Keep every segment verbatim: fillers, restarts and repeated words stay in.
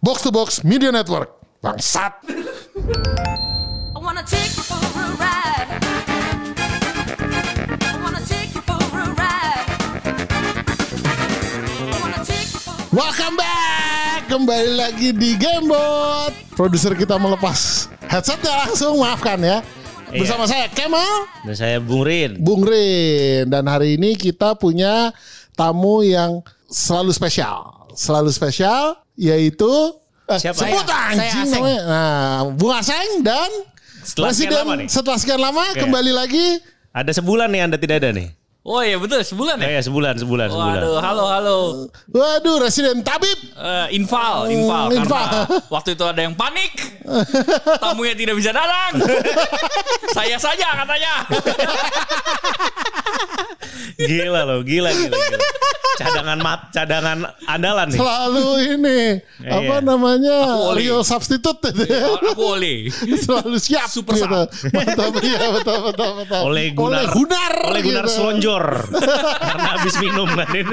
Box to Box Media Network. Bangsat. I wanna take you for a ride. I wanna take you for a ride. I wanna take you for a ride. Welcome back. Kembali lagi di Gamebot. Produser kita melepas headsetnya langsung, maafkan ya. Iya. Bersama saya Kemal Dan saya Bung Rin. Bung Rin. Dan hari ini kita punya tamu yang selalu spesial. Selalu spesial yaitu eh, Siapa? sebut Saya. anjing Saya Aseng. namanya. Nah, Bung Aseng dan Setelah sekian Presiden lama nih. setelah sekian lama Oke. kembali lagi. Ada sebulan nih Anda tidak ada nih. Oh iya betul sebulan Oh ya. ya sebulan sebulan sebulan. Waduh, halo halo. Waduh, Residen Tabib. Eh, infal, infal, Hmm, infal. karena waktu itu ada yang panik, tamunya tidak bisa datang. Saya saja katanya. Gila loh, gila gila. gila. Cadangan mat, cadangan andalan nih. Selalu ini Iya. apa namanya Aku oli. real substitute itu ya. Aku oleh. Selalu siap Super gitu. sub. Mantap ya, betul betul betul. Oleh Gunar. Oleh Gunar. Oleh Gunar gitu. selonjor. Karena habis minum kan ini.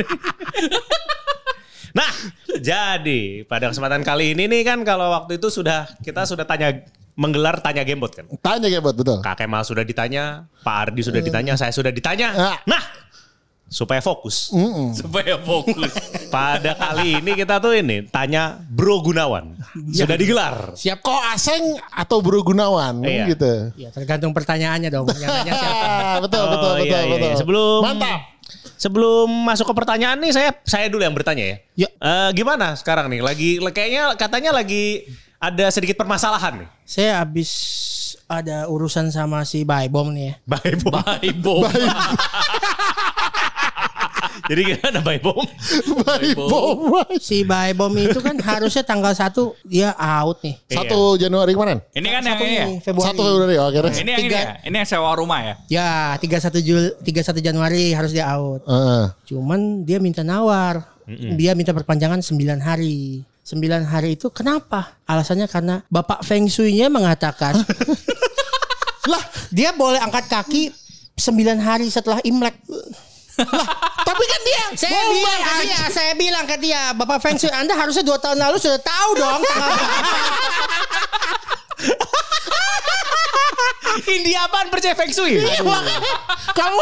Nah, jadi pada kesempatan kali ini nih kan kalau waktu itu sudah kita sudah tanya menggelar tanya Gamebot kan. Tanya ya buat betul. Kak Kemal sudah ditanya, Pak Ardi sudah ditanya, saya sudah ditanya. Ah. Nah, supaya fokus. Supaya fokus. Pada kali ini kita tuh ini tanya Bro Gunawan. Sudah digelar. Siap kok Aseng atau Bro Gunawan Iya. gitu. Ya tergantung pertanyaannya dong. Yang nanya siapa? Ah, betul Oh, betul iya, betul iya, betul. iya. Sebelum Mantap. Sebelum masuk ke pertanyaan nih saya saya dulu yang bertanya ya. Ya. Eh, gimana sekarang nih? Lagi kayaknya katanya lagi ada sedikit permasalahan nih. Saya habis ada urusan sama si Baibom nih ya. Bye Bom. Bye bom. Jadi gimana Bye Bom? Baik bom. Si Baibom itu kan harusnya tanggal satu dia out nih. Satu Januari kemarin. Ini kan yang Satu ini ya. nih, Februari. Satu Februari oke deh. Ini yang ini Tiga. ya. Ini yang sewa rumah ya. Ya tiga puluh satu Jul tiga puluh satu Januari harus dia out. Heeh. Cuman dia minta nawar. Dia minta perpanjangan sembilan hari. sembilan hari itu kenapa? Alasannya karena Bapak Feng Shui-nya mengatakan lah dia boleh angkat kaki sembilan hari setelah Imlek. Lah, tapi kan dia saya ngomong bilang ke dia, saya bilang ke dia, Bapak Feng Shui Anda harusnya dua tahun lalu sudah tahu dong tanggal berapa. India apaan percaya Feng Shui? Kamu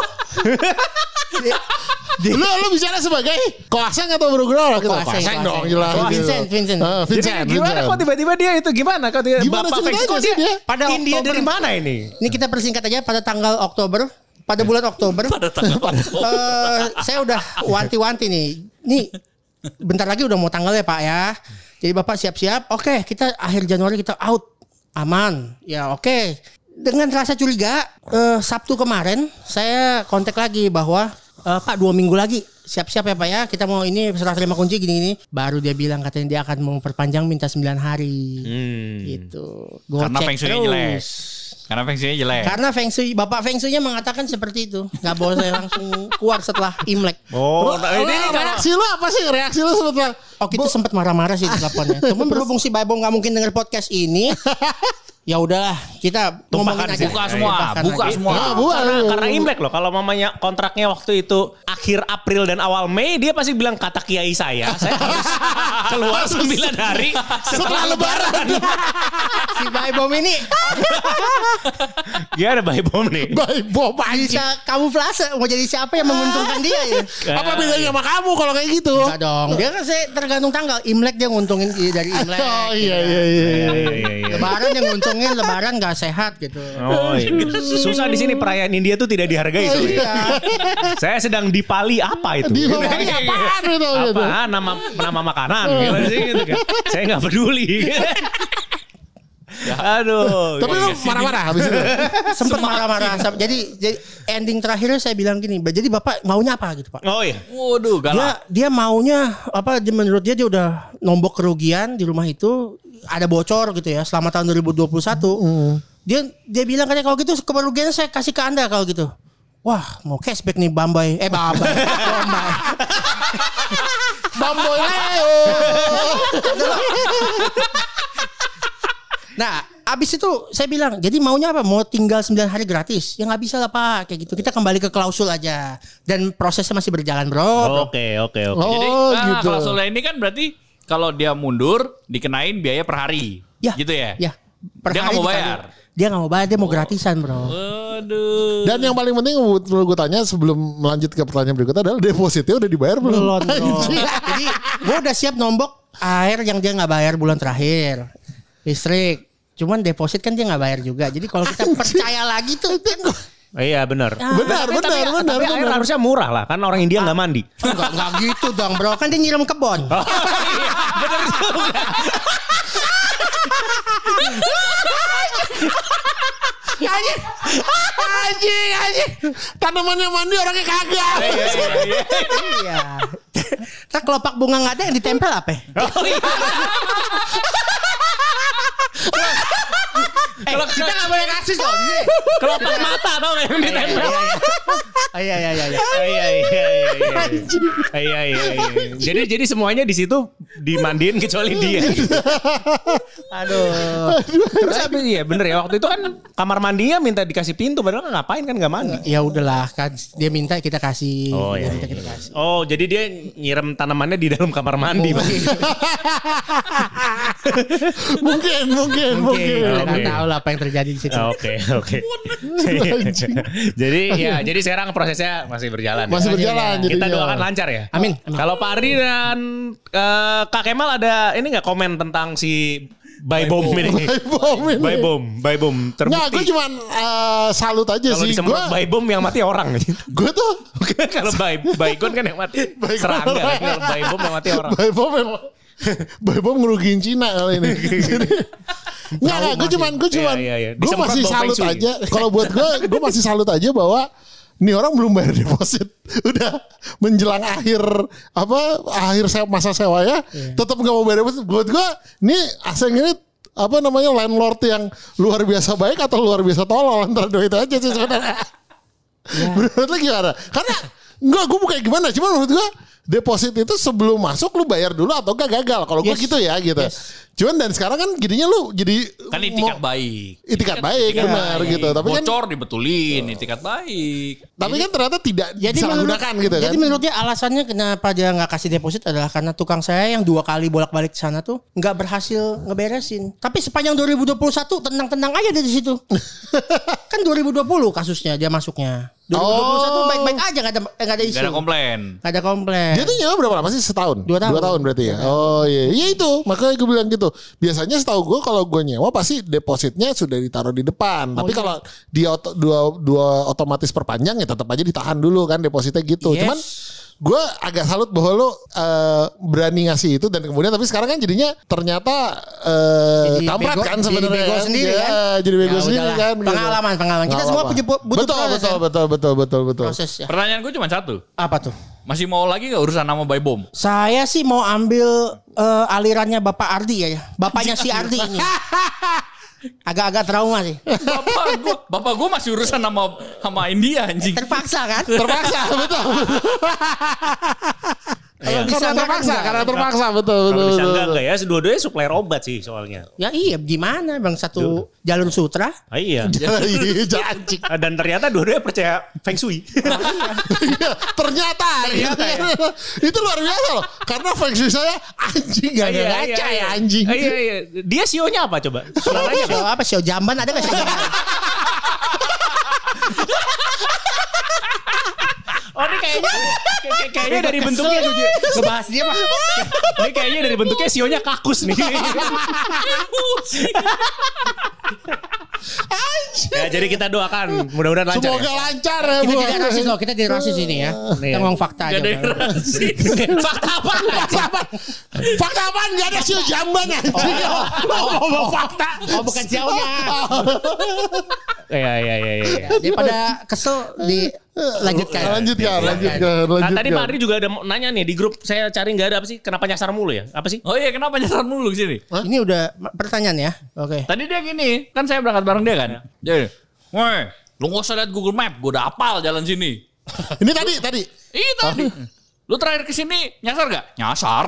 lu lu bicara sebagai Koaseng atau Bro Gunawan? Kita Koaseng, Koaseng dong Koaseng. jelas. Vincent, Vincent. Ah, Jadi Vincent. gimana Vincent. kok tiba-tiba dia itu gimana kok dia Gimana Bapak Feng Shui ceritanya kok sih dia? Pada India Oktober. dari mana ini? Ini kita persingkat aja pada tanggal Oktober, pada bulan Oktober. Pada tanggal Eh, saya udah wanti-wanti nih. Nih bentar lagi udah mau tanggal ya Pak ya. Jadi Bapak siap-siap. Oke, kita akhir Januari kita out. Aman. Ya oke. Dengan rasa curiga, eh, Sabtu kemarin saya kontak lagi bahwa eh, Pak dua minggu lagi siap-siap ya Pak ya. Kita mau ini serah terima kunci gini-gini. Baru dia bilang katanya dia akan mau perpanjang minta sembilan hari. Hmm. Gitu. Karena Gocek Feng Shui-nya terus. jelek. Karena Feng Shui-nya jelek. Karena Feng Shui, Bapak Feng Shui-nya mengatakan seperti itu. Gak boleh langsung keluar setelah Imlek. Oh, nah Ini ini reaksi lu apa sih? Reaksi lu sebetulnya. Oh kita sempat marah-marah sih di teleponnya. Cuman berhubung si Baibom gak mungkin denger podcast ini. Ya udahlah, kita ngomongin Tumpahkan aja. sih. Buka semua, Tumpahkan buka aja. semua. Ah, bukan. karena, karena Imlek loh. Kalau mamanya kontraknya waktu itu akhir April dan awal Mei, dia pasti bilang kata kiai saya, saya harus keluar sembilan hari setelah Lebaran. Si Baibom ini Gimana Bye Bom nih? Baik bom anjing. bisa kamuflase. Mau jadi siapa yang menguntungkan dia ya? Apa bedanya sama kamu kalau kayak gitu? Enggak dong. Dia kan saya tergantung tanggal. Imlek dia nguntungin dari Imlek. Oh iya iya iya. Iya, iya, iya. Lebaran dia nguntungin. Lebaran gak sehat gitu. Oh, iya. Susah di sini perayaan India tuh tidak dihargai. soalnya. Iya. Saya sedang di Pali apa itu? Di Bali apaan itu? gitu? Apa nama nama makanan gimana sih gitu kan? Saya nggak peduli. Aduh. Tapi lu marah-marah habis itu. Sempet marah-marah. Jadi, jadi ending terakhirnya saya bilang gini. Jadi Bapak maunya apa gitu Pak? Oh iya. Waduh, Dia galak. dia maunya apa? dia- Menurut dia dia udah nombok kerugian di rumah itu ada bocor gitu ya selama tahun dua ribu dua puluh satu. Dia dia bilang katanya kalau gitu kerugiannya saya kasih ke Anda kalau gitu. Wah mau cashback nih Bambay. Eh Bambay. Bambay. Bamboy Leo. Nah abis itu saya bilang jadi maunya apa? Mau tinggal sembilan hari gratis? Ya nggak bisa lah Pak. Kayak gitu. Kita kembali ke klausul aja. Dan prosesnya masih berjalan bro. Oke oke oke. Oh, Jadi nah, gitu. klausulnya ini kan berarti kalau dia mundur dikenain biaya per hari. Ya. Gitu ya? Ya. Per Dia hari nggak mau dikali. bayar? Dia nggak mau bayar, dia mau gratisan bro. Waduh. Dan yang paling penting perlu gue tanya sebelum melanjut ke pertanyaan berikutnya adalah depositnya udah dibayar belum? Belum bro. Jadi gue udah siap nombok air yang dia nggak bayar bulan terakhir. Listrik. Cuman deposit kan dia nggak bayar juga. Jadi kalau kita percaya lagi tuh. Oh, iya benar. Benar, Tapi- benar, tapi, benar, Tapi air benar. harusnya murah lah, kan orang India nggak mandi. Enggak, enggak gitu dong bro. Kan dia nyiram kebon. Oh, iya, benar juga. Anjing, anjing, anjing. Tanamannya mandi orangnya kagak. Iya. Kan kelopak bunga nggak ada yang ditempel apa? Oh, iya. Eh, kita nggak boleh rasis loh. Kelopak mata tau nggak yang ditempel. Iya iya iya. Iya iya iya iya. Iya iya iya. Jadi jadi semuanya di situ dimandiin kecuali dia. Aduh. Terus habis iya bener ya waktu itu kan kamar mandinya minta dikasih pintu padahal kan ngapain kan nggak mandi. Ya udahlah kan dia minta kita kasih. Oh Dia iya. minta iya, kita iya. kasih. Oh jadi dia nyiram tanamannya di dalam kamar mandi. Bang. Mungkin, mungkin, Mungkin mungkin. kita nggak Oke. tahu lah apa yang terjadi di situ. Oke oke. Jadi ya jadi sekarang prosesnya masih berjalan. Masih ya. berjalan Kita jadinya. doakan lancar ya. Amin. Amin. Kalau Pak Ardi dan eh, Kak Kemal ada ini nggak komen tentang si Buy Bom ini? Bom ini. Buy Bom, Buy Bom Nggak, gue terbukti. cuman eh, salut aja Kalau sih. Gue disemprot Buy Bom yang mati orang. gue tuh Kalau Buy Baygon kan yang mati Baygon. serangga kan. Kalau Buy Bom yang mati orang. Buy Bom memang Buy Bom ngerugiin Cina kali ini. Jadi, Nggak, nggak, gue cuman, gue cuman, Iya, iya, iya. gue Disemprot masih bau salut feng shui. aja. Kalau buat gue, gue masih salut aja bahwa ini orang belum bayar deposit, udah menjelang akhir apa akhir sewa, masa sewa ya, tetap nggak mau bayar deposit. Buat gue, ini Aseng ini apa namanya landlord yang luar biasa baik atau luar biasa tolol antara dua itu aja sih sebenarnya. Menurut lu gimana? Karena enggak, gue bukan gimana, cuman menurut gue deposit itu sebelum masuk lu bayar dulu atau enggak gagal. Kalau gue Yes. gitu ya gitu. Yes. Cuman dan sekarang kan jadinya lu jadi Kan itikat baik. Itikat baik benar gitu. Tapi kan Bocor dibetulin, itikat baik. tapi kan ternyata tidak Jadi menurut, disalahgunakan gitu kan. jadi menurut dia alasannya kenapa dia nggak kasih deposit adalah karena tukang saya yang dua kali bolak-balik ke sana tuh nggak berhasil ngeberesin. Tapi sepanjang dua ribu dua puluh satu tenang-tenang aja dari situ. Kan dua ribu dua puluh kasusnya dia masuknya. dua ribu dua puluh satu Oh. baik-baik aja nggak ada nggak ada isu. Gak ada komplain. Nggak ada komplain. Dia tuh nyewa berapa lama sih? Setahun? Dua tahun. berarti ya? Oh iya. Iya itu. Makanya gue bilang gitu. Biasanya setahu gue kalau gue nyewa pasti depositnya sudah ditaruh di depan. Tapi iya. kalau dia oto- dua, dua otomatis perpanjang ya tetap aja ditahan dulu kan depositnya gitu. Yes. Cuman gue agak salut bahwa lo eh, berani ngasih itu dan kemudian tapi sekarang kan jadinya ternyata eh, Jadi kampret bego- kan jadi sebenarnya bego kan. sendiri Ya, kan? Jadi bego Ya sendiri udahlah. kan. gitu. Pengalaman, pengalaman. Kita Nggak semua apa-apa. punya- butuh betul, proses, betul, ya. betul, betul, betul, betul, betul. Prosesnya. Pertanyaan gue cuma satu. Apa tuh? Masih mau lagi gak urusan nama Buy Bom? Saya sih mau ambil eh, alirannya Bapak Ardi ya. Bapaknya si Ardi ini. Agak-agak trauma sih. Bapak gue, bapak gue masih urusan sama sama India anjing. Terpaksa kan? Terpaksa, betul. Kalau bisa Karena enggak kan terpaksa, enggak. karena terpaksa, betul, Kalau betul, bisa betul. enggak enggak ya, dua-duanya supplier obat sih soalnya. Ya iya gimana bang satu jalur sutra. Ah, iya. Iya, janji. Ah, Dan ternyata dua-duanya percaya Feng Shui. Iya, ternyata, Ternyata ya. itu luar biasa loh. Karena feng shui saya anjing gak ada ngaca ya anjing. Ah, Iya iya. Dia S E O-nya apa coba? Suaranya Show apa show jamban ada nggak show jamban? Oh ini kayaknya kayak- kayak- kayaknya dari bentuknya Ngebahas dia mah. ini kayaknya dari bentuknya S E O-nya kakus nih. Ya jadi kita doakan mudah-mudahan lancar. Semoga Ya. lancar ya Kita Bu. tidak rasis loh, kita tidak rasis ini ya. Kita ngomong fakta aja. Gak ada yang Bang. rasis. Fakta apa? Fakta apa? Fakta apaan? Gak ada siu jamban anjing. Lo ngomong fakta. Oh bukan jauhnya. Iya iya iya iya. Daripada kesel dilanjutkan. Lanjutkan, lanjutkan, Nah, lanjutkan. tadi Pak Ardi juga ada mau nanya nih di grup saya cari nggak ada apa sih? Kenapa nyasar mulu ya? Apa sih? Oh iya, kenapa nyasar mulu ke sini? Ini udah pertanyaan ya. Oke. Tadi dia gini, kan saya berangkat bareng dia kan. Dia, woi, lu gak usah lihat Google Map, gue udah hafal jalan sini. Ini tadi, tadi. Iya tadi. Lu terakhir ke sini nyasar gak? Nyasar.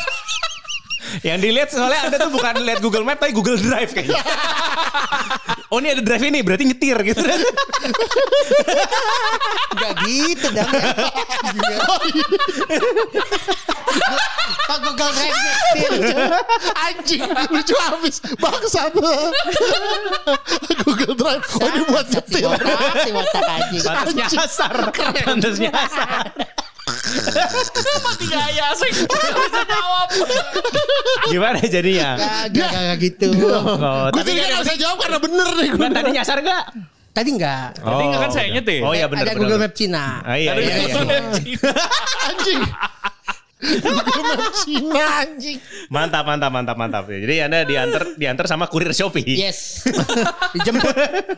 Yang dilihat soalnya Anda tuh bukan lihat Google Map tapi Google Drive kayaknya. oh ini ada drive ini berarti nyetir gitu. Gak gitu dong ya. Pak Google Drive nyetir. Anjing, lucu habis. Bangsat. Google Drive. Oh ini buat nyetir. Si watak anjing. Pantes nyasar. Pantes nyasar. Mati gaya sih. Bisa jawab. Gimana jadinya? Gak, gak, gak gitu. Oh, Gue tapi jadi gak bisa jawab karena bener nih. Nggak, tadi nyasar gak? Tadi enggak. Tadi nggak kan saya udah. nyetir. Oh iya benar Ada benar. Google Map Cina. Ah, iya, Ada iya, iya. Google Map. Anjing. Google Map Cina anjing. Mantap mantap mantap mantap. Jadi Anda diantar diantar sama kurir Shopee. Yes. Dijemput.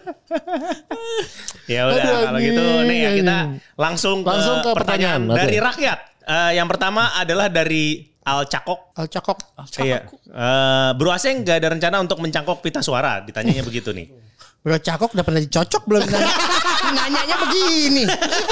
Ya udah Aduh, kalau gitu anjing, nih ya kita anjing. langsung ke, Langsung ke pertanyaan, pertanyaan. dari Oke. rakyat. Eh, yang pertama adalah dari Al Cakok. Al Cakok. Iya. Eh, Bro Aseng gak ada rencana untuk mencangkok pita suara? Ditanyanya begitu nih. Bro Cakok udah pernah dicocok belum? Nanya. Nanyanya begini.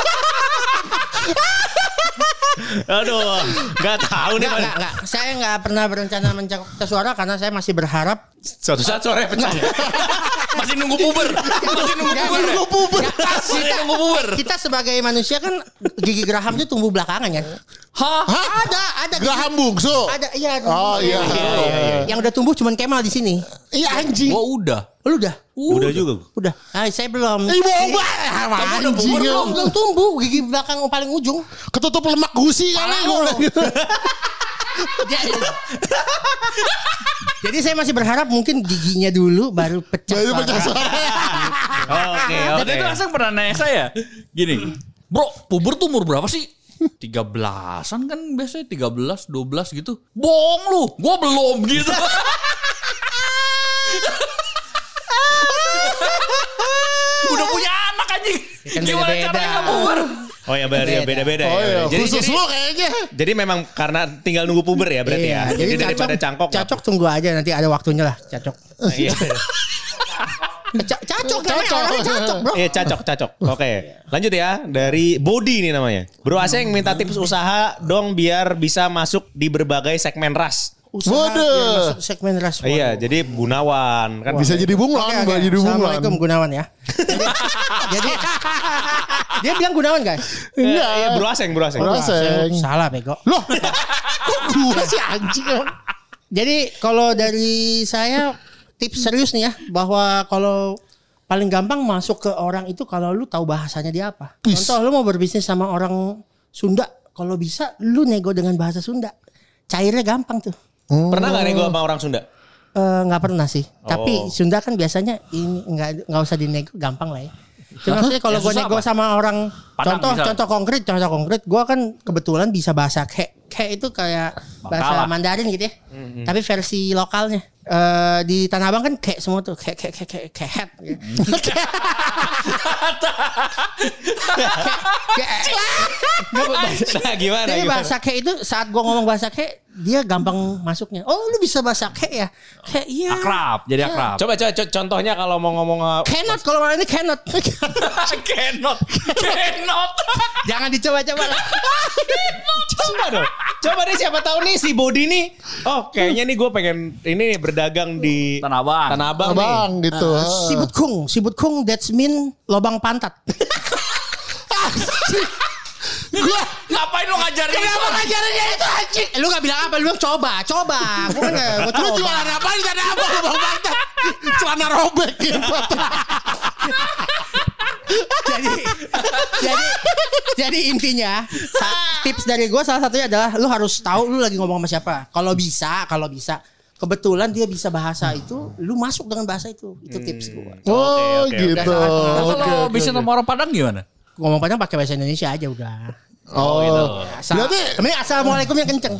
Aduh, gak tahu nih. Enggak, enggak, enggak. Saya enggak pernah berencana mencangkok pita suara karena saya masih berharap Suatu saat suaranya pecah. Masih nunggu puber. Masih nunggu Nggak, puber. nunggu puber. Masih nunggu puber. kita sebagai manusia kan gigi geraham itu tumbuh belakangan kan? Hah? Ada, ada gigi- Graham bungsu. Ada, iya. Oh iya. Yang udah tumbuh cuman Kemal di sini. Iya anjing. Gua udah. Lu udah? Udah juga. Udah. Ah, saya belum. Ih bohong banget. Anjing. Belum, belum tumbuh gigi belakang paling ujung. Ketutup lemak gusi kali. Tahu. Jadi, jadi saya masih berharap mungkin giginya dulu baru pecah. Baru suara. pecah suara. Oke, Jadi oke. itu langsung pernah nanya saya. Gini. Bro, puber tuh umur berapa sih? tiga belasan kan biasanya tiga belas, dua belas gitu. Bohong lu. Gua belum gitu. Udah punya anak anjing. kan Gimana beda-beda. caranya nggak puber? Oh ya beda Beda. beda-beda Oh ya. iya. Jadi, Khusus jadi, lu kayaknya. jadi memang karena tinggal nunggu puber ya berarti Iya, ya. Jadi, daripada cangkok. nggak- Cacok tunggu aja nanti ada waktunya lah, cacok. Iya. C- cacok namanya orangnya cacok, Bro. Iya cacok cacok. Oke, lanjut ya dari Body nih namanya. Bro Aseng minta tips usaha dong biar bisa masuk di berbagai segmen ras. Usaha Waduh. biar masuk segmen ras. Iya, jadi Gunawan kan Bisa jadi bunglon. Oke, Bisa oke. jadi bunglon. Assalamualaikum Gunawan ya. Jadi, jadi dia bilang Gunawan guys. Enggak, iya Bro Aseng, Bro Aseng. Bro Aseng. Salah bego. Loh. Kok gue sih anjing. Jadi kalau dari saya tips serius nih ya, bahwa kalau paling gampang masuk ke orang itu kalau lu tahu bahasanya dia apa. Pis. Contoh lu mau berbisnis sama orang Sunda, kalau bisa lu nego dengan bahasa Sunda. Cairnya gampang tuh. Pernah nggak nego sama orang Sunda? Eh, nggak pernah sih. Oh. Tapi Sunda kan biasanya ini nggak nggak usah dinego, gampang lah ya. Cuma maksudnya kalau Ya, gue susah nego apa? sama orang, Padang contoh misalnya. contoh konkret, contoh konkret, gue kan kebetulan bisa bahasa ke, ke itu kayak bahasa Bangkala. Mandarin gitu ya. Tapi versi lokalnya. Eh, di Tanah Abang kan kayak semua tuh kayak kayak kayak kayak head. Nah, gimana? Jadi gimana? bahasa ke itu saat gue ngomong bahasa ke dia gampang masuknya. Oh lu bisa bahasa ke ya? Kayak iya. Akrab, jadi akrab. Coba coba co- contohnya kalau mau ngomong uh, Cannot kalau malah ini cannot. Cannot. Cannot. Jangan dicoba-coba. coba dong. Coba deh siapa tahu nih si Body nih. Oh, kayaknya nih gue pengen ini nih berdagang di Tanah Abang. Tanah Abang nih. Abang gitu. Sibut kung, sibut kung that's mean lobang pantat. Gua Ngapain lu ngajarin itu? ngajarinnya itu anjing? Eh, lu gak bilang apa? Lu bilang coba, coba. Gue kan gak, gue lu coba. jualan apa di Tanah Abang Bang Pantat? Celana robek gitu. jadi, jadi, jadi intinya sa- tips dari gue salah satunya adalah lu harus tahu lu lagi ngomong sama siapa. Kalau bisa, kalau bisa. Kebetulan dia bisa bahasa itu, lu masuk dengan bahasa itu. Itu tips gue. Oh oke, oke. gitu. Nah, Oke, kalau oke, bisa oke. sama orang Padang gimana? Ngomong Padang pakai bahasa Indonesia aja udah. Oh, gitu. Asal, Berarti ini assalamualaikum yang kenceng.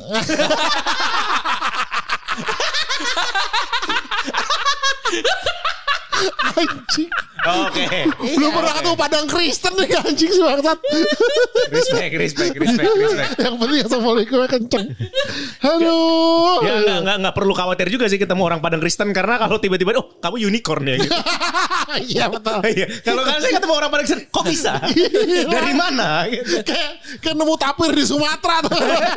anjing. Oke. Belum pernah ketemu Padang Kristen nih anjing sih bangsat. Respect, respect, respect, respect. Yang penting assalamualaikumnya kenceng. Aduh. Ya nggak nggak nggak perlu khawatir juga sih ketemu orang Padang Kristen karena kalau tiba-tiba oh kamu unicorn ya gitu. Iya betul. Iya. Kalau kan saya ketemu orang Padang Kristen kok bisa? Dari mana? Gitu. Kayak kayak nemu tapir di Sumatera tuh.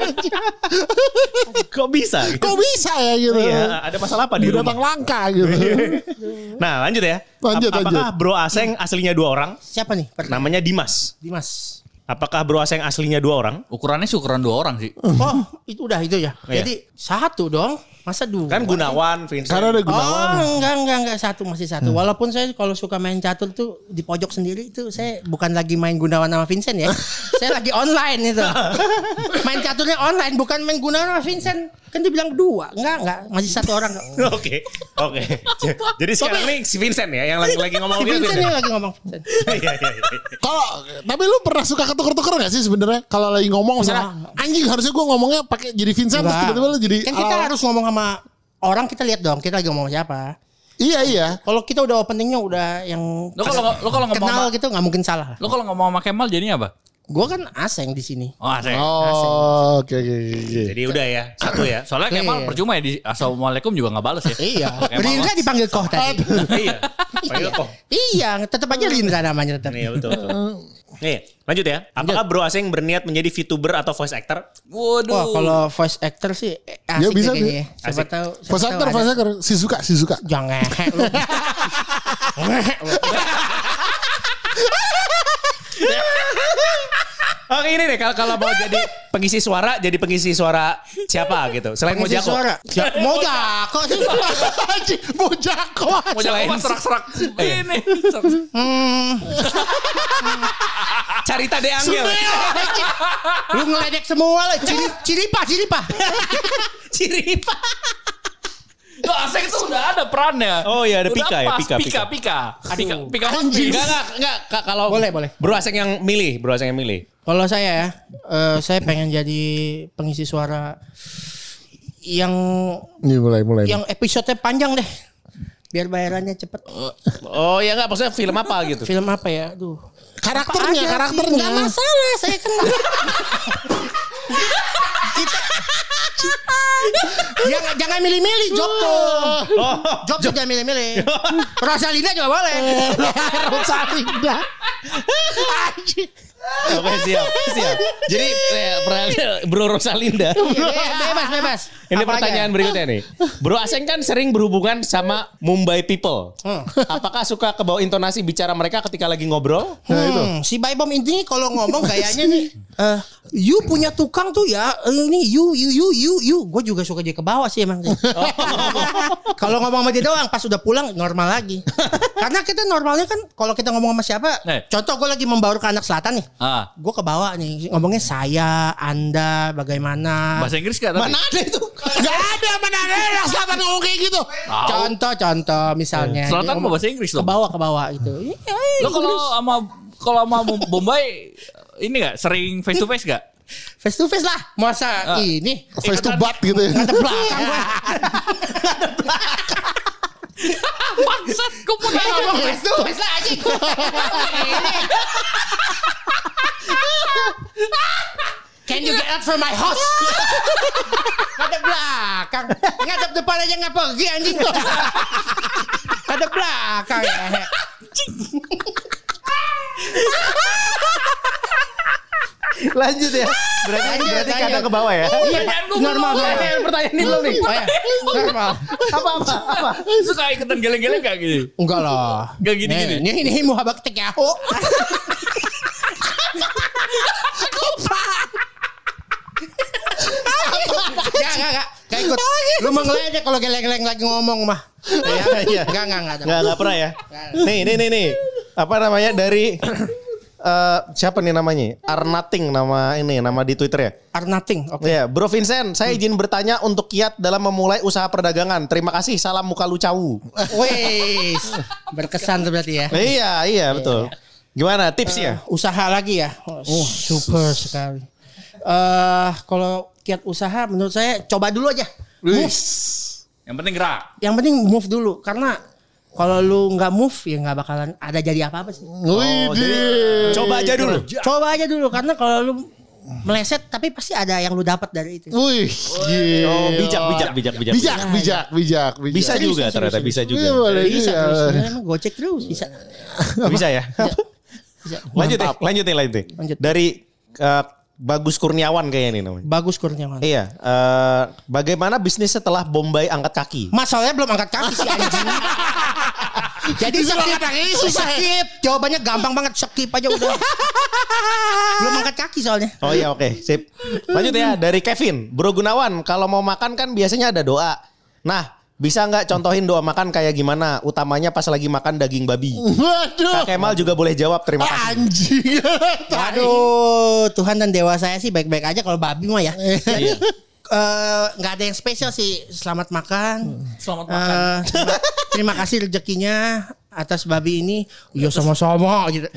Kok bisa? Gitu. Kok bisa ya gitu. Iya, ada masalah apa di Binatang rumah? langka gitu. Nah, lanjut ya. Lanjut, Ap- Apakah lanjut. Bro Aseng aslinya dua orang? Siapa nih? Pertama. Namanya Dimas. Dimas. Apakah Bro Aseng aslinya dua orang? Ukurannya sih ukuran dua orang sih. Oh, itu udah itu ya. Iya. Jadi satu dong. Masa dua? Kan Gunawan, Vincent. Karena ada Gunawan. Oh, enggak enggak enggak satu masih satu. Hmm. Walaupun saya kalau suka main catur tuh di pojok sendiri itu saya bukan lagi main Gunawan sama Vincent ya. Saya lagi online itu. Main caturnya online bukan main Gunawan sama Vincent. Kan dibilang dua. Enggak enggak masih satu orang. Oke, oke. Jadi sekarang ini si Vincent ya yang lagi lagi ngomong Si gitu. Vincent yang lagi ngomong Vincent. Iya, iya, iya. Kalau tapi lu pernah suka ketuker-tuker gak sih sebenarnya kalau lagi ngomong misalnya anjing harusnya gue ngomongnya pakai jadi Vincent terus Enggak. tiba-tiba lu jadi Kan kita ala- harus ngomong sama orang, kita lihat dong kita lagi ngomong siapa. Iya iya. Kalau kita udah openingnya udah yang Lo kalau lo kalau ngomong kenal sama, gitu nggak mungkin salah. lo kalau ngomong sama Kemal jadinya apa? Gue kan Aseng di sini. Oh, asik. Oh oke oke oke. Jadi udah ya, satu ya. Soalnya Kemal Iya. percuma ya di Assalamualaikum juga nggak balas ya. Iya. Kemal Rindra mas. dipanggil Koh tadi. Iya. Panggil kok. Iya, tetap aja Rindra namanya tetap. Iya betul betul. Nih, lanjut ya. Apakah Bro Aseng berniat menjadi VTuber atau voice actor? Waduh. Wah, kalau voice actor sih eh, Ya, asik bisa, deh kayaknya. bisa. Siapa Asik. tahu. siapa Voice tahu actor, ada. voice actor, si suka, si suka. Jangan lu. Oke ini deh kalau kalau mau jadi pengisi suara, jadi pengisi suara siapa gitu? Selain Pengisi Mojako. suara. Ja, mau Jako sih. Anjing, mau jako. Mau Selain- jago serak-serak. Ini. Hmm, Carita de Angel. lu ngeledek semua lah. Ciri, ciripa, ciripa. Ciripa. Lo Aseng itu udah ada perannya. Oh iya, ada Udah Pika ya, pas. Pika, Pika, Pika. Pika, Pika One Piece. Enggak enggak enggak Kak, kalau Boleh, boleh. Bro Aseng yang milih, Bro Aseng yang milih. Kalau saya ya, eh, saya pengen jadi pengisi suara yang Ini mulai mulai. yang episode panjang deh. Biar bayarannya cepet. Oh ya enggak maksudnya film apa gitu? Film apa ya? Aduh. Karakternya, Apa aja karakternya. sih? Nggak masalah, saya kan. Kita jangan jangan milih-milih job tuh. Oh, Job tuh jangan milih-milih. Rosalinda juga boleh. Rosalinda. Anjing. Oke siap, siap. Jadi eh, per- Bro Rosalinda. Iya, bebas, bebas. Ini Apa pertanyaan aja? berikutnya nih. Bro Aseng kan sering berhubungan sama Mumbai people. Hmm. Apakah suka kebawa intonasi bicara mereka ketika lagi ngobrol? Hmm, si Baibom ini kalau ngomong gayanya nih, eh, you punya tukang tuh ya, eh, ini you, you, you, you, you. Gue juga suka dia ke bawah sih emang. Kalau ngomong sama dia doang, pas udah pulang normal lagi. Karena kita normalnya kan, kalau kita ngomong sama siapa, Nih. contoh gue lagi membaur ke anak selatan nih, Ah. gue ke bawah nih, ngomongnya saya, anda, bagaimana. Bahasa Inggris gak tadi? Mana ada itu? Gak ada, mana ada yang selatan ngomong kayak gitu. Contoh-contoh misalnya. Selatan dia mau ngomong bahasa Inggris ke dong. bawah ke bawah gitu. Iya, Lo kalau sama kalau sama Bombay ini gak sering face to face gak? face to face lah, masa ini Face to butt gitu ya. ngadep belakang gue. Bangsat, gue mau nanya Ngomong apa? face to face lah aja. Can you get out from my house? Ngadep belakang. Ngadep depan aja nggak pergi anjing. Ngadep belakang ya. Lanjut ya. Berarti Lanjut, berarti lanjut. kadang ke bawah ya. Iya, Pertanyaan gua normal. belum. normal. Pertanyaan ini lo nih. Oh ya, normal. Apa apa apa? Suka ikutan geleng-geleng gak gitu? Enggak lah. Nggak gini-gini? Nih, ini muhabak tek ya. Oh. Gak, gak, gak. Gak ikut. Lu mau ngeledek kalau geleng-geleng lagi ngomong mah. Iya iya. Gak, gak, gak. Enggak enggak pernah ya. Nih nih nih nih. Apa namanya dari eh, siapa nih namanya? Arnating nama ini nama di Twitter ya. Arnating. Oke. Iya, Bro Vincent, saya izin bertanya untuk kiat dalam memulai usaha perdagangan. Terima kasih, salam muka lu cawu. Wes. Berkesan tuh berarti ya. Iya, iya betul. Gimana tipsnya? Usaha lagi ya. Oh, super sekali. Eh, kalau kiat usaha menurut saya coba dulu aja. Move. Yang penting gerak. Yang penting move dulu karena Kalau lu nggak move ya nggak bakalan ada jadi apa-apa sih. Wih, Coba aja dulu. Coba aja dulu karena kalau lu meleset tapi pasti ada yang lu dapat dari itu. Wih, gila. Oh, bijak, bijak, bijak, bijak. Bijak, bijak, bijak, bijak. Bisa Serius, juga serius, ternyata, serius. bisa juga. Iya, boleh Bisa juga. terus. Sebenarnya emang gocek terus bisa. Bisa ya? Bisa. Lanjut ya, lanjut ya, lanjut ya. Lanjut. Dari eh, Bagus Kurniawan kayaknya nih namanya. Bagus Kurniawan. Iya, eh, bagaimana bisnis setelah Bombay angkat kaki? Masalahnya belum angkat kaki sih anjing. Jadi skip, skip. Jawabannya gampang banget, skip aja udah. Belum angkat kaki soalnya. Oh iya, oke, sip. Lanjut ya, dari Kevin. Bro Gunawan, kalau mau makan kan biasanya ada doa. Nah, bisa nggak contohin doa makan kayak gimana? Utamanya pas lagi makan daging babi. Waduh. Kak Kemal juga boleh jawab, terima kasih. Anjing. Waduh, Tuhan dan dewa saya sih baik-baik aja kalau babi mah ya. Jadi Iya. eh, nggak ada yang spesial sih. Selamat makan. Selamat Eh, makan. terima, terima kasih rezekinya atas babi ini. Iya sama-sama gitu.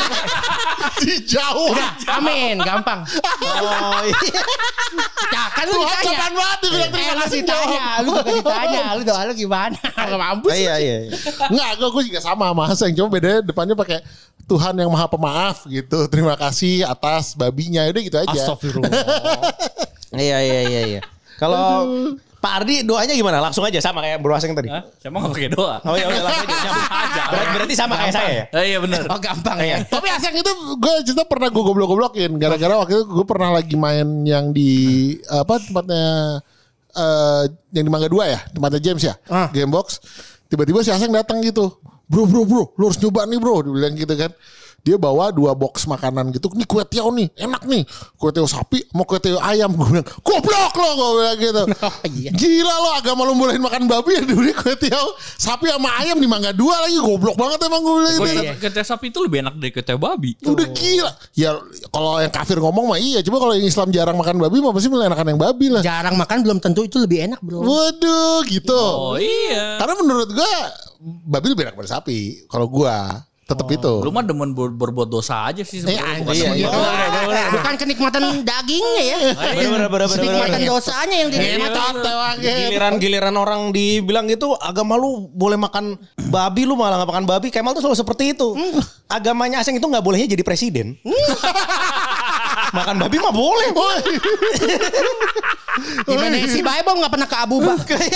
Jauh. Udah, amin, gampang. Oh iya. Nah, kan lu Tuhan ditanya. sopan banget dibilang Eh, terima lu kasih. ditanya, lu juga ditanya, lu doa lu gimana? Gak mampus. Oh, iya, iya. Enggak, gue, gue juga sama sama Haseng. Cuma bedanya depannya pakai Tuhan yang maha pemaaf gitu. Terima kasih atas babinya. Udah gitu aja. Astagfirullah. Iya, iya, iya, iya. Kalau Pak Ardi doanya gimana? Langsung aja sama kayak Bro Aseng tadi. Hah? Saya mau nggak pakai doa. Oh iya, udah langsung aja. Nyambung aja. Berarti, berarti sama kayak saya ya? Eh, iya benar. Oh gampang ya. Tapi Aseng itu gue cerita pernah gue goblok-goblokin. Gara-gara waktu itu gue pernah lagi main yang di apa tempatnya eh yang di Mangga dua ya, tempatnya James ya, Ah. Gamebox. Tiba-tiba si Aseng datang gitu. Bro, bro, bro, lu harus nyoba nih bro. Dia bilang gitu kan. Dia bawa dua box makanan gitu. Nih kue tiaw nih, enak nih. Kue tiaw sapi mau kue tiaw ayam. Gue bilang, goblok lo, gue bilang gitu. iya. Gila lo, agama lo bolehin makan babi ya dulu kue tiaw sapi sama ayam di Mangga dua lagi. Goblok banget emang gue bilang gitu. Kete sapi itu lebih enak dari kete babi. Udah gila. Ya kalau yang kafir ngomong mah iya. Coba kalau yang Islam jarang makan babi mah pasti milih enakan yang babi lah. Jarang makan belum tentu itu lebih enak bro. Waduh gitu. Oh iya. Karena menurut gua babi lebih enak daripada sapi. Kalau gua tetap itu. Lu mah demen ber- berbuat dosa aja sih Eh, sebenarnya. anjing. Bukan Iya, demen iya. doa. Bukan kenikmatan dagingnya ya. Bener, bener, bener, Kenikmatan bener. dosanya yang dinikmati. Giliran-giliran orang dibilang gitu, agama lu boleh makan babi, lu malah gak makan babi. Kemal tuh selalu seperti itu. Agamanya Aseng itu gak bolehnya jadi presiden. Makan babi mah boleh. Gimana si Bible nggak pernah ke Abuba?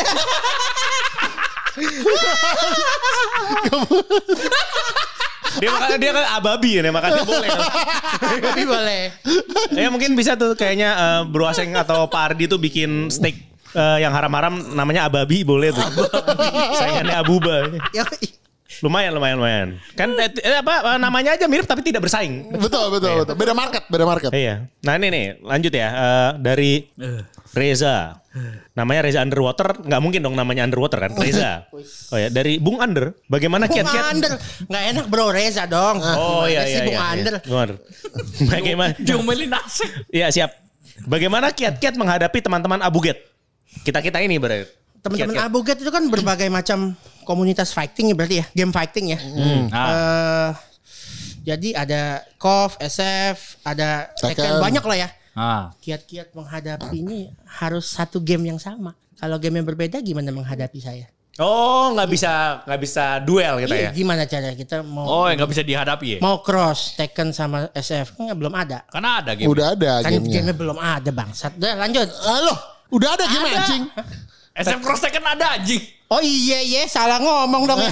Dia makan dia kan ababi ya, makanya boleh. Tapi boleh. Ya mungkin bisa tuh kayaknya eh, Bro Aseng atau Pak Ardi tuh bikin steak eh, yang haram-haram namanya ababi boleh tuh. Saingannya abuba. Lumayan, lumayan, lumayan. Kan eh, eh, apa namanya aja mirip tapi tidak bersaing. Betul, betul, betul. Beda market, beda market. Iya. Nah ini nih lanjut ya Eh, dari Reza. Namanya Reza Underwater, nggak mungkin dong namanya Underwater kan? Reza. Oh ya dari Bung Under. Bagaimana Bung kiat-kiat? Under nggak enak bro Reza dong. Oh iya Gimana iya sih, Bung iya. Under. iya. Bung Under. Bagaimana? Diomelin asik. Iya siap. Bagaimana kiat-kiat menghadapi teman-teman Abuget? Kita-kita ini berarti. Teman-teman Kiat-kiat. Abuget itu kan berbagai macam komunitas fighting ya berarti ya, game fighting ya. Nah, Eh, jadi ada K O F, S F, ada Tekken. Tekken, banyak lah ya. nah. Kiat-kiat menghadapi ini harus satu game yang sama. Kalau game yang berbeda gimana menghadapi saya? Oh nggak bisa nggak bisa duel gitu Iya, ya? gimana cara kita mau Oh, yang nggak bisa dihadapi ya? mau cross Tekken sama S F? Kan belum ada. Karena ada game. Udah ada Kan gamenya. game-nya belum ada bangsat. Udah lanjut. Halo, udah ada game Ada. anjing. S F Cross Tekken ada anjing. Oh iya iya salah ngomong dong.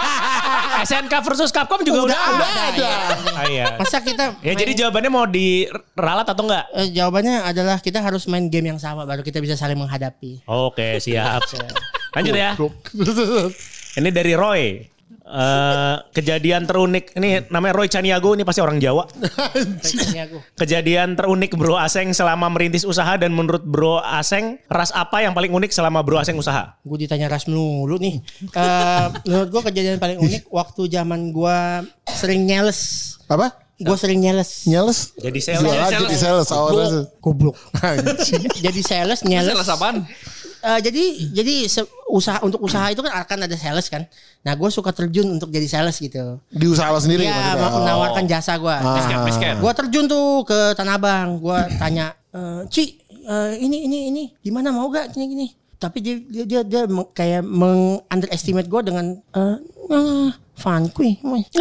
S N K versus Capcom juga udah, Udah ada. ada. Ah, iya. Masa kita Ya main- jadi jawabannya mau diralat atau enggak? Eh, jawabannya adalah kita harus main game yang sama baru kita bisa saling menghadapi. Oke siap. Lanjut ya. Ini dari Roy. Eh, kejadian terunik ini namanya Roy Caniago, ini pasti orang Jawa. Ini aku. Kejadian terunik Bro Aseng selama merintis usaha, dan menurut Bro Aseng ras apa yang paling unik selama Bro Aseng usaha? Gue ditanya ras mulu nih. Eh, menurut gue kejadian paling unik waktu zaman gue sering nyales. Apa? Gue sering nyales. Nyales? Jadi sales. Jual aja di sales awalnya. Goblok. Anjing. Jadi sales nyales. Sales apaan? Eh, jadi jadi se- usaha untuk usaha itu kan akan ada sales kan. Nah gue suka terjun untuk jadi sales gitu. Di usaha lo sendiri Iya, maksudnya. mau Oh. menawarkan jasa gue. Misket, misket. Gue terjun tuh ke Tanah Abang. Gue tanya, e, Ci, eh, ini ini ini gimana mau gak gini gini? Tapi dia dia dia, dia meng- kayak meng underestimate gue dengan, "Eh, Ah, Fan Kui.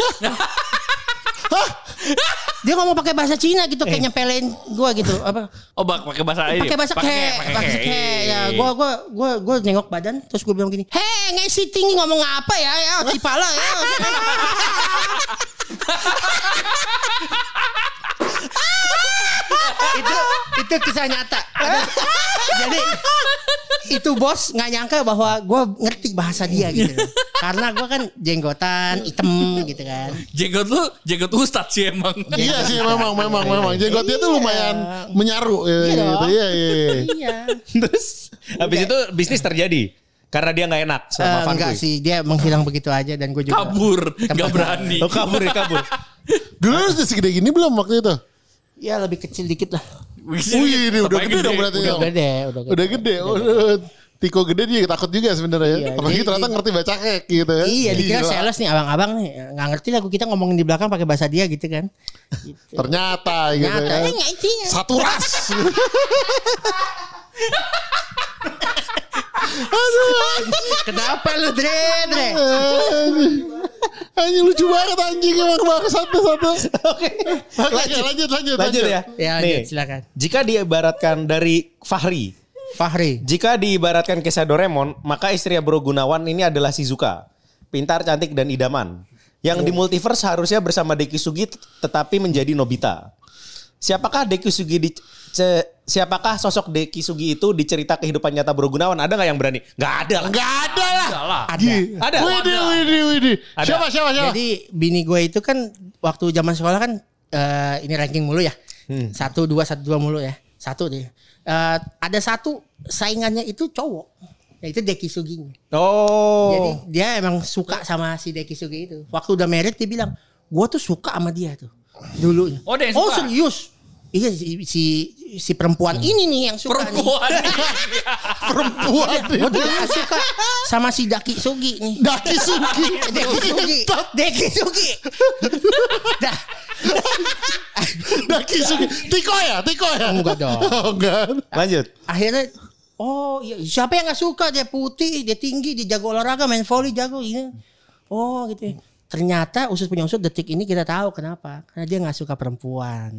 Dia ngomong pakai bahasa Cina gitu, kayak nyepelin gua gitu. Apa? Oh, bak pakai bahasa ini. Pakai bahasa Pakai- kayak, pakai- bahasa kayak. Ya, gua gua gua gua nengok badan, terus gua bilang gini, "Hei, ngesi tinggi ngomong apa ya? Ya, cipala ya." itu itu kisah nyata. Jadi itu bos nggak nyangka bahwa gue ngerti bahasa dia gitu, karena gue kan jenggotan hitam gitu kan. Jenggot lu, jenggot ustadz sih emang. Iya sih memang memang memang jenggotnya tuh lumayan menyaru ya, Iya gitu. dong. Iya iya. Iya. Terus habis itu bisnis terjadi karena dia nggak enak sama Eh, Van enggak Kuy. sih, dia menghilang begitu aja dan gue juga Kabur, Tempat- nggak berani. Oh kabur ya kabur. Dulu lu udah segede gini belum waktu itu? Ya lebih kecil dikit lah. Wih ini udah Apanya gede dong berarti. Udah Yong. gede, udah gede. Udah gede. Udah. Tiko gede dia takut juga sebenarnya. Iya, Apalagi jadi- ternyata ngerti baca kek gitu ya. Iya, dikira Gila. sales nih abang-abang nih, nggak ngerti lah kita ngomongin di belakang pakai bahasa dia gitu kan. Gitu. Ternyata gitu Nyata, ya. eh, nggak intinya. Satu ras. Aduh. Kenapa lu Dre, Dre? Anjing lucu banget anjing emang bang satu-satu. Oke. Lanjut lanjut lanjut. Lanjut ya. Ya, Nih, lanjut, silakan. jika diibaratkan dari Fahri, Fahri. jika diibaratkan kisah Doraemon, maka istri Bro Gunawan ini adalah Shizuka. Pintar, cantik, dan idaman. Yang di multiverse harusnya bersama Deki Sugi tet- tetapi menjadi Nobita. Siapakah Deki Sugi di ce- siapakah sosok Deki Sugi itu di cerita kehidupan nyata Bro Gunawan? Ada nggak yang berani? Nggak ada lah. Enggak ada lah. Salah. Ada. Ada. Widih widih widih. Ada. Siapa siapa siapa? Jadi bini gue itu kan waktu zaman sekolah kan eh, ini ranking mulu ya. Satu dua satu dua mulu ya. Satu deh. Eh, ada satu saingannya itu cowok. Yaitu Deki Sugi. Oh. Jadi dia emang suka sama si Deki Sugi itu. Waktu udah married dia bilang, gue tuh suka sama dia tuh dulunya. Oh, dia yang Oh suka? serius? Iya si, si si perempuan ini nih yang suka Perempuan. Perempuan. nih. Gue tuh gak suka sama si Daki Sugi nih. Daki Sugi. Deki Sugi. Deki Sugi. Dah. Daki Sugi. Tiko ya? Tiko ya? Enggak dong. Oh, enggak. Lanjut. Akhirnya oh iya siapa yang gak suka, dia putih, dia tinggi, dia jago olahraga, main volley jago iya. Oh gitu. Ternyata usus punya usus detik ini kita tahu kenapa. Karena dia gak suka perempuan.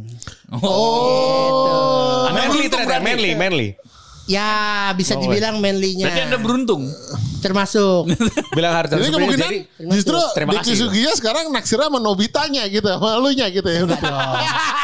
Oh. Manly ternyata, manly, manly. Ya bisa Oh, dibilang manly-nya. Berarti Anda beruntung. Termasuk. Bilang harta Jadi sebenarnya kemungkinan jadi justru Terima Deki kasih. Sugiya sekarang naksirnya sama Nobitanya gitu. Sama elunya gitu ya. Enggak dong.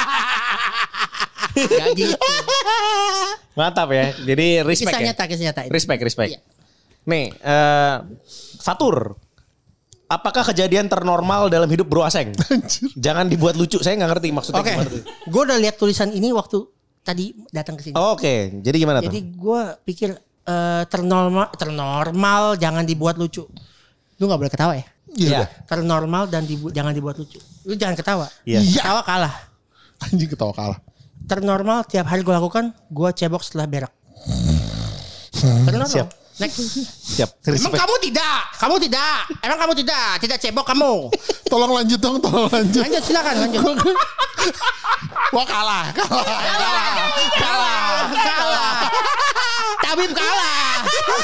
Gak gitu. mantap ya. Jadi respect Kisah ya. nyata, kisah nyata. ini. Respect, respect. Iya. Nih, eh Fatur. Apakah kejadian ternormal dalam hidup Bro Aseng? Jangan dibuat lucu. Saya nggak ngerti maksudnya Oke, gimana tuh. gue udah lihat tulisan ini waktu tadi datang ke sini. Oh, Oke, jadi gimana Jadi tuh? gue pikir eh, ternormal, ternormal jangan dibuat lucu. Lu nggak boleh ketawa ya? Iya. Ternormal dan dibu- jangan dibuat lucu. Lu jangan ketawa. Iya. Ketawa kalah. Anjing ketawa kalah. Ternormal tiap hari gue lakukan, gue cebok setelah berak. Ternormal. Siap. Next. Siap. Emang Respect. kamu tidak? Kamu tidak? Emang kamu tidak? Tidak cebok kamu? Tolong lanjut dong, tolong lanjut. Lanjut silakan lanjut. Wah kalah, kalah, kalah, Kalah, kalah. Tabib kalah.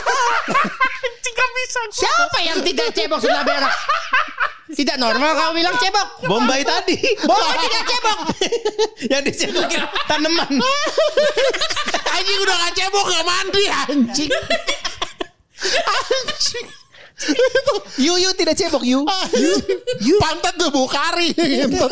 Siapa yang tidak cebok setelah berak? Tidak normal kamu bilang cebok. Bombay tadi. Bombay tidak cebok. Yang dicebokin tanaman. Anjing udah gak cebok gak mandi anjing. Anjing. Yu yu tidak cebok yu. Yu. Pantat tuh bau kari gitu.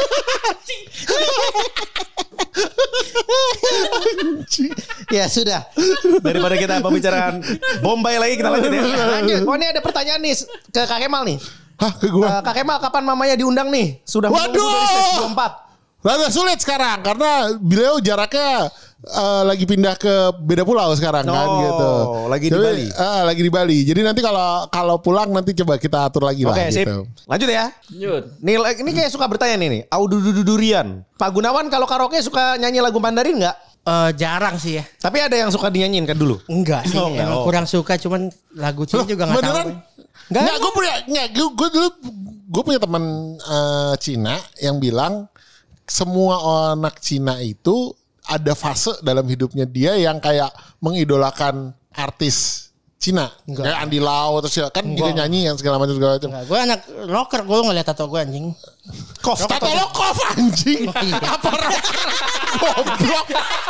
Anjing. Ya sudah. Daripada kita membicarakan Bombay lagi kita lanjut ya. Lanjut. Oh ini ada pertanyaan nih ke Kak Kemal nih. Hah ke gua. Eh, Kak Kemal kapan mamanya diundang nih? Sudah menunggu Waduh. dari sesi dua puluh empat. Rada sulit sekarang karena beliau jaraknya eh, lagi pindah ke beda pulau sekarang kan Oh, gitu. lagi di Jadi, Bali. eh, lagi di Bali. Jadi nanti kalau kalau pulang nanti coba kita atur lagi Oke lah sip. gitu. Lanjut ya. Lanjut. Nih ini kayak suka bertanya nih nih. Audududurian. Pak Gunawan kalau karaoke suka nyanyi lagu Mandarin nggak? Eh, jarang sih ya. Tapi ada yang suka dinyanyiin kan dulu. Enggak sih. Oh, enggak. Emang Oh. kurang suka cuman lagu Cina juga nggak tahu. Beneran? Enggak. Nggak, gue punya, nggak, gue, gue dulu, gue punya teman eh, Cina yang bilang semua anak Cina itu ada fase dalam hidupnya dia yang kayak mengidolakan artis Cina. Enggak. Kayak Andy Lau terus ya kan juga Enggak. nyanyi yang segala macam segala macam. Gue anak rocker, gue ngeliat tato gue anjing. Kof, tato lo kof anjing. Oh, iya. Apa rocker? Goblok.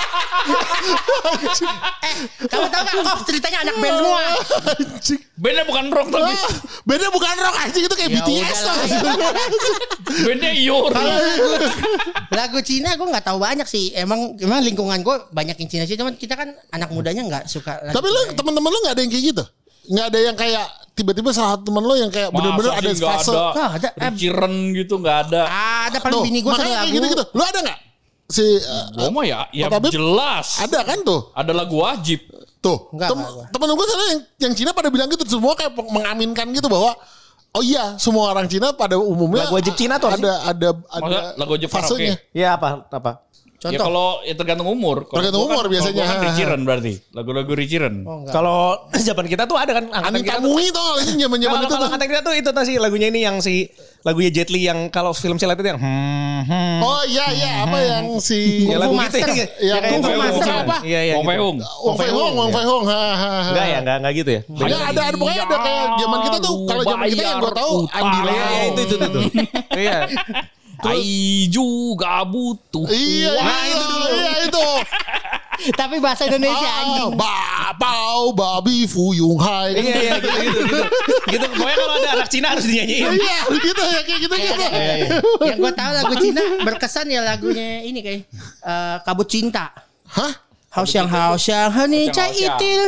Eh, kamu tahu gak Kof ceritanya anak band semua? Anjing. Bandnya bukan rock tapi Ah, Bandnya bukan rock anjing itu kayak Ya B T S udahlah. lah. bandnya Iori. Lagu Cina gue nggak tahu banyak sih. Emang emang lingkungan gue banyak yang Cina sih. Cuman kita kan anak mudanya nggak suka. lagu Tapi lu Cina. teman-teman lu nggak ada yang kayak gitu? Nggak ada yang kayak tiba-tiba salah satu teman lu yang kayak bener-bener Masa ada sih nggak fase. ada. Ah, ada. Eh, Riciren gitu nggak ada. ada paling Tuh, bini gue satu makanya lagu. kayak gitu-gitu. Lu ada nggak? Si uh, Gua mah ya, ya Pak Tabib? jelas. ada kan tuh? Ada lagu wajib. Tuh, Enggak, tem- enggak gua. temen gue sana yang, yang Cina pada bilang gitu, semua kayak mengaminkan gitu bahwa oh iya, semua orang Cina pada umumnya Lagu wajib Cina tuh apa ada ada ada Masa lagu wajib fasenya. karaoke? Ya apa apa. Ya Contoh. kalau ya tergantung umur. Kalau Tergantung gua kan- umur biasanya. Kalau gua kan Riciren berarti. Lagu-lagu Riciren. Oh, enggak. Kalau zaman kita tuh ada kan angkatan Anita kita tuh. Mui tuh ini zaman-zaman Kalau itu kalau tuh. angkatan kita tuh itu tuh sih lagunya ini yang si lagunya Jet Li yang kalau film silat itu yang hmm, hmm. Oh iya iya apa yang si Ya, Kung lagu Fu gitu Master. ya. Ya, kayak Kung Fu gitu. Master apa? Iya iya. Wong gitu. Feung. Wong Fei Hong, Wong Fei Hong. Ha, ha, ha. Enggak ya, enggak enggak gitu ya. Ada ada ada pokoknya ada kayak zaman kita tuh kalau zaman kita yang gue tahu Andi Iya, Lau. iya, itu itu itu. Iya. Ai juga butuh. Iya, Nah, iya, itu dulu. Iya itu. Tapi bahasa Indonesia Ah, anjing. Bapau babi fuyung hai. Kan Iya iya gitu gitu gitu. Gitu pokoknya kalau ada anak Cina harus dinyanyiin. Iya, gitu ya kayak gitu gitu. Yang gue tahu lagu Cina berkesan ya lagunya ini kayak eh, Kabut Cinta. Hah? Hao Xiang Hao Xiang Hani Hao Cai Xiang. Itil.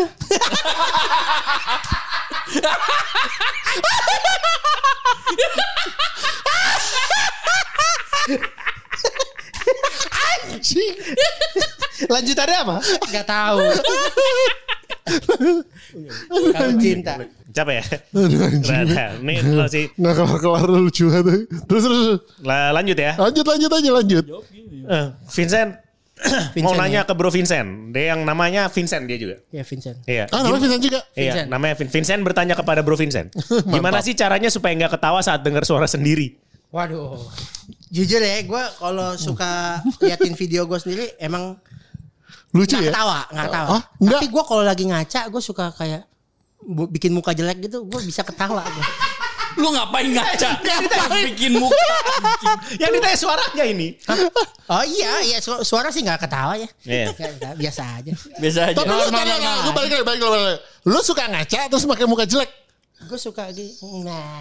Anjing. Lanjutannya apa? Gak tahu. Kabut Cinta. Capek ya? Aduh, anjing. Rada. Nih lo sih. Nah kalau kelar lucu banget. Terus terus. La- lanjut ya. Lanjut lanjut aja lanjut. Eh, Vincent, mau Vincent, nanya ya. ke Bro Vincent. Dia yang namanya Vincent dia juga. Ya Vincent. Iya. Ah namanya Vincent juga. Iya, Vincent. namanya Vin. Vincent bertanya kepada Bro Vincent. Gimana sih caranya supaya nggak ketawa saat dengar suara sendiri? Waduh. Jujur ya, gue kalau suka liatin video gue sendiri emang Lucu nggak ya. ketawa, nggak ketawa. Hah? Nggak? Tapi gue kalau lagi ngaca, gue suka kayak bu- bikin muka jelek gitu, gue bisa ketawa. Gua. Lu ngapain ngaca? Ngapain bikin muka? Yang ditanya suaranya ini. Oh iya, iya su- suara sih nggak ketawa ya. Iya. Nggak ketawa, biasa aja. Biasa aja. Tapi lu Normal, tanya normal. lu balik lagi balik lagi, balik lagi. Lu suka ngaca terus pakai muka jelek. Gue suka gitu. Nah.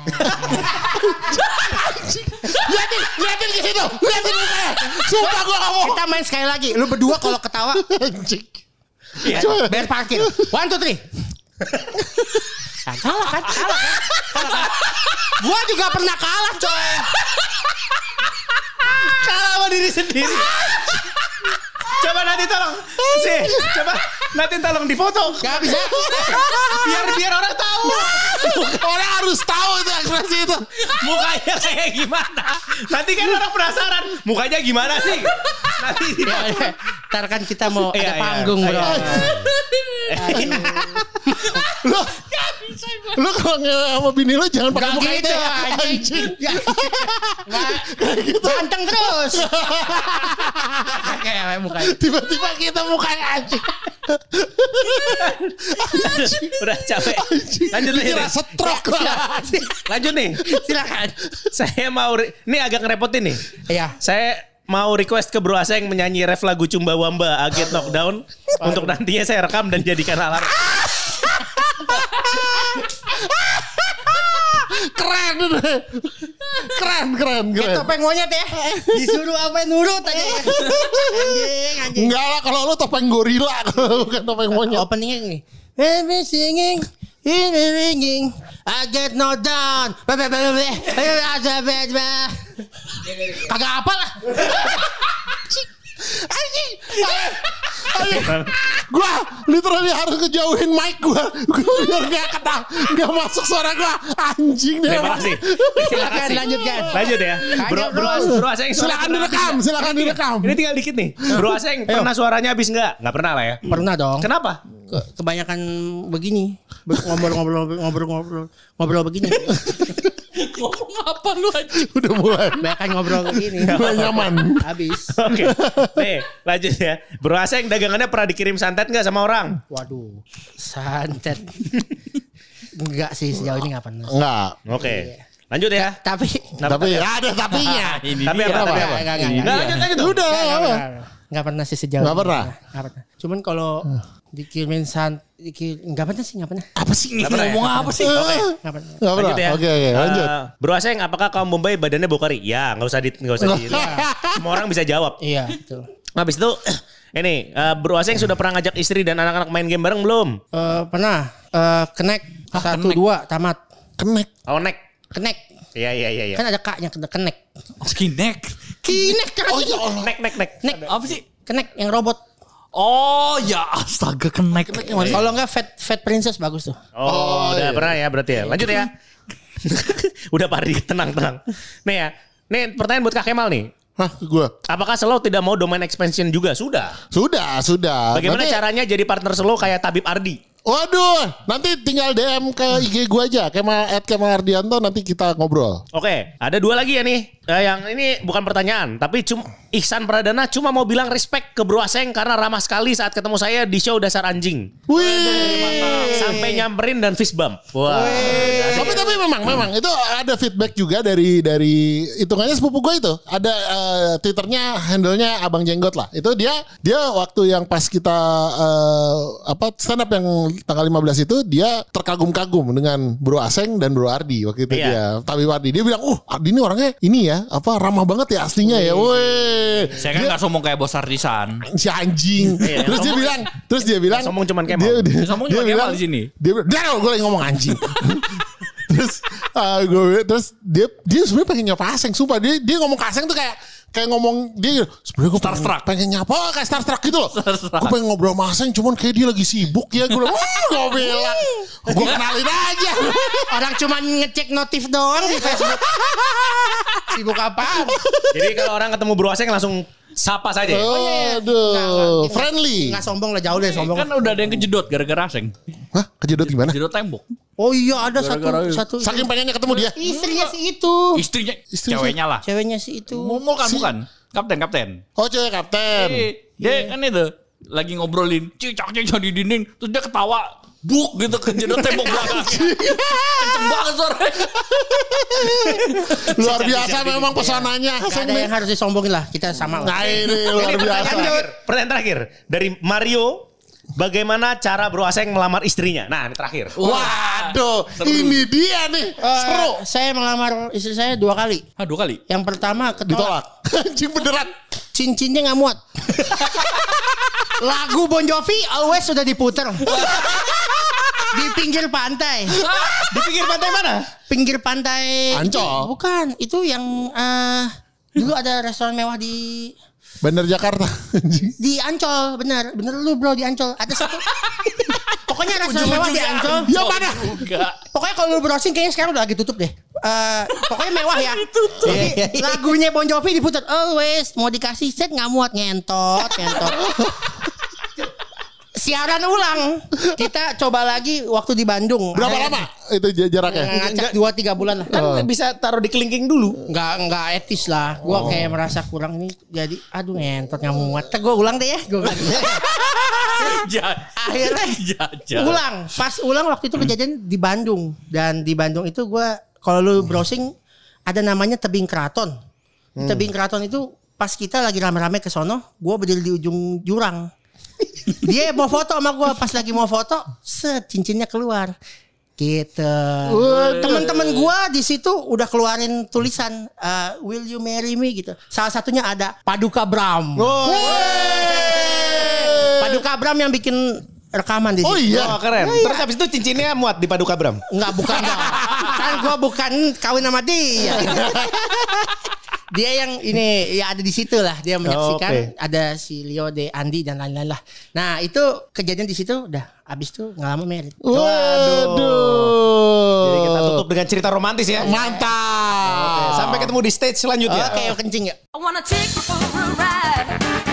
Liatin, liatin ke situ. Liatin mukanya. Sumpah gua gak mau. Kita main sekali lagi. Lu berdua kalau ketawa, Anjing. ya, bayar parkir. One, two, three. Nah, kalah kan? Kalah kan? Kalah kan? Gua juga pernah kalah coy. Kalah sama diri sendiri. Coba nanti tolong. Sih, coba nanti tolong difoto. Gak bisa. Biar biar orang tahu. Orang harus tahu itu ekspresi itu. Mukanya kayak gimana. Nanti kan orang penasaran. Mukanya gimana sih? Nanti Ya, ya. Ntar kan kita mau Iya, ada iya. panggung bro. Iya. Lu, lu kalau nge- sama bini lu jangan pakai Gak muka gitu itu ya. anjing. Anjing. Ya. Nggak. Ganteng terus. Kayak mukanya. Tiba-tiba kita mukanya anjing. udah capek. Lanjut nih. Kira stroke lah. Lanjut nih. Silakan. Saya mau re- ini agak ngerepotin nih. Iya. Saya mau request ke Bro Aseng menyanyi ref lagu Cumba Wamba I Get Knocked Down untuk nantinya saya rekam dan jadikan alarm. Keren deh. Keren, keren, Kayak keren. topeng monyet ya. Disuruh apa nurut aja. Anjing, anjing. Enggak lah kalau lu topeng gorila kalau bukan topeng monyet. Openingnya gini. Baby singing, in the ringing, I get no down. Kagak apa lah. Anjing. Anjing. Gua literally harus ngejauhin mic gua. Gua biar enggak kena, enggak masuk suara gua. Anjing deh. Terima kasih. Silakan lanjutkan. Lanjut ya. Bro, Lanjut, bro, bro. bro Aseng suara Silakan pernah direkam, habis silakan nggak? direkam. Ini tinggal dikit nih. Bro Aseng pernah suaranya habis enggak? Enggak pernah lah ya. Pernah dong. Kenapa? Ke- kebanyakan begini. Ber- Ngobrol-ngobrol ngobrol-ngobrol ngobrol begini. Ngomong apa lu aja? Udah mulai. Banyak kan ngobrol begini. Mulai nyaman. Habis. Oke. Nih, lanjut ya. Bro Aseng dagangannya pernah dikirim santet enggak sama orang? Waduh. Santet. Enggak sih sejauh ini enggak pernah. Enggak. Oke. Lanjut ya. Tapi Tapi ada tapinya. Ini Tapi dia. apa? Tapi apa? Enggak, enggak, enggak, Enggak, enggak. lanjut lanjut. Udah. Enggak, apa? enggak, enggak pernah sih sejauh Enggak ini. pernah? Enggak pernah. Cuman kalau dikirimin sant dikir enggak pernah sih, enggak pernah. Apa sih? Nggak pernah ya? Ngomong apa sih? Oke. Enggak pernah. Enggak pernah. Lanjut ya. Oke, oke, lanjut. Eh, Bro Aseng, apakah kaum Bombay badannya bokari? Ya, nggak usah di nggak usah di. Semua orang bisa jawab. Iya, betul. Habis itu ini eh, Bro Aseng sudah pernah ngajak istri dan anak-anak main game bareng belum? Eh, pernah eh kenek satu kenek. dua tamat. Kenek. Oh, nek. Kenek. Iya iya iya iya. Kan ada kaknya kenek. Skinek. Kinek kan. Oh ya Allah. Nek nek nek. Nek. Apa sih? Kenek yang robot. Oh ya astaga kenek. Kalau enggak Fat Fat Princess bagus tuh. Oh, udah iya. pernah ya berarti ya. Lanjut ya. Udah Pak Ardi, tenang tenang. Nih ya. Nih pertanyaan buat Kak Kemal nih. Hah, gue. Apakah Slow tidak mau domain expansion juga? Sudah. Sudah, sudah. Bagaimana Nanti- caranya jadi partner Slow kayak Tabib Ardi? Waduh, nanti tinggal D M ke I G gue aja, Kemal at Kemal Ardianto, nanti kita ngobrol. Oke, ada dua lagi ya nih. Eh, yang ini bukan pertanyaan, tapi cuma Ihsan Pradana cuma mau bilang respect ke Bro Aseng karena ramah sekali saat ketemu saya di show Dasar Anjing. Wih, Sampai nyamperin dan fist bump. Wah. Tapi tapi memang memang itu ada feedback juga dari dari hitungannya sepupu gue itu. Ada eh, Twitternya handle-nya Abang Jenggot lah. Itu dia dia waktu yang pas kita eh, apa stand up yang tanggal lima belas itu dia terkagum-kagum dengan Bro Aseng dan Bro Ardi waktu itu Iya. dia. Tapi Ardi dia bilang, "Uh, Ardi ini orangnya ini ya, apa ramah banget ya aslinya ya." Woi. Saya kan gak sombong kayak bos Artisan. Si anjing. Iya, Terus dia sombong- bilang, terus dia bilang sombong cuman Kemal. Dia, dia, Sombong dia cuma Kemal di sini. Dia bilang, "Dah, gue lagi ngomong anjing." terus uh, gue terus dia dia sebenarnya pengen nyapa Aseng, sumpah. Dia dia ngomong ke Aseng tuh kayak kayak ngomong dia sebenarnya gue pengen, Starstruck. pengen nyapa oh, kayak starstruck gitu loh. Starstruck. Gue pengen ngobrol sama Aseng cuman kayak dia lagi sibuk ya. Gue bilang, "Wah, gue bilang, gue kenalin aja." Orang cuma ngecek notif doang di Facebook. Sibuk apaan? Jadi kalau orang ketemu Bro Aseng langsung sapa saja. ya? Oh, Nggak, aduh, nggak. friendly. Enggak sombong lah, jauh deh sombong. Kan udah ada yang kejedot gara-gara Aseng. Hah, kejedot gimana? Kejedot tembok. Oh iya ada satu Gara-gara- satu Saking pengennya ketemu dia. istrinya si itu. Istrinya, Istri ceweknya lah. Ceweknya si itu. Ngomong kan bukan? Kapten, kapten. Oh, cewek kapten. Eh, dia kan itu lagi ngobrolin cicak cicak di dinding, terus dia ketawa, buk gitu kejedot tembok belakangnya. Kenceng banget suaranya. Luar biasa memang pesonanya. Gak Aseng ada nih. yang harus disombongin lah. Kita sama Nah lah. ini luar Ini pertanyaan biasa. terakhir. Pertanyaan terakhir dari Mario. Bagaimana cara Bro Aseng melamar istrinya? Nah, ini terakhir. Waduh, ini dia nih. Eh, Seru. Saya melamar istri saya dua kali. Ah, dua kali. Yang pertama ketolak. Ditolak. Anjing beneran. Cincinnya nggak muat. Lagu Bon Jovi Always sudah diputer. Di pinggir pantai. Di pinggir pantai mana? Pinggir pantai. Ancol. Bukan, itu yang eh, dulu ada restoran mewah di Bandar Jakarta. Anjing. di Ancol, bener, bener lu bro di Ancol. Ada satu. Pokoknya restoran mewah di Ancol. Ya mana? Enggak. Pokoknya kalau lu browsing kayaknya sekarang udah lagi tutup deh. Eh, pokoknya mewah ya. Jadi lagunya Bon Jovi diputar Always mau dikasih set nggak muat ngentot, ngentot. Siaran ulang. Kita coba lagi waktu di Bandung. Berapa Ada- lama itu j- jaraknya? Ngacak dua tiga bulan lah. Kan bisa taruh di kelingking dulu. Nggak nggak etis lah. Gua kayak merasa kurang ini. Jadi aduh ngentot nggak muat. Gue ulang deh ya. Gue bilang. Akhirnya Jajah. ulang. Pas ulang waktu itu kejadian di Bandung. Dan di Bandung itu gue kalau lu browsing ada namanya Tebing Keraton. Di Tebing Keraton itu pas kita lagi rame-rame ke sono, gue berdiri di ujung jurang. Dia mau foto sama gue, pas lagi mau foto, set cincinnya keluar. Gitu. Teman-teman gue di situ udah keluarin tulisan eh, Will you marry me gitu. Salah satunya ada Paduka Bram. Paduka Bram yang bikin rekaman di situ. Oh iya. Oh, keren. Terus habis itu cincinnya muat di Paduka Bram. Enggak, bukan dong. Kan gue bukan kawin sama dia. Dia yang ini ya ada di situ lah. Dia menyaksikan. Oke. Ada si Leo De Andi dan lain-lain lah. Nah itu kejadian di situ udah abis itu nggak lama married. Waduh. Jadi kita tutup dengan cerita romantis ya. Mantap. Sampai ketemu di stage selanjutnya. Oke, kencing ya. I wanna take you for a ride.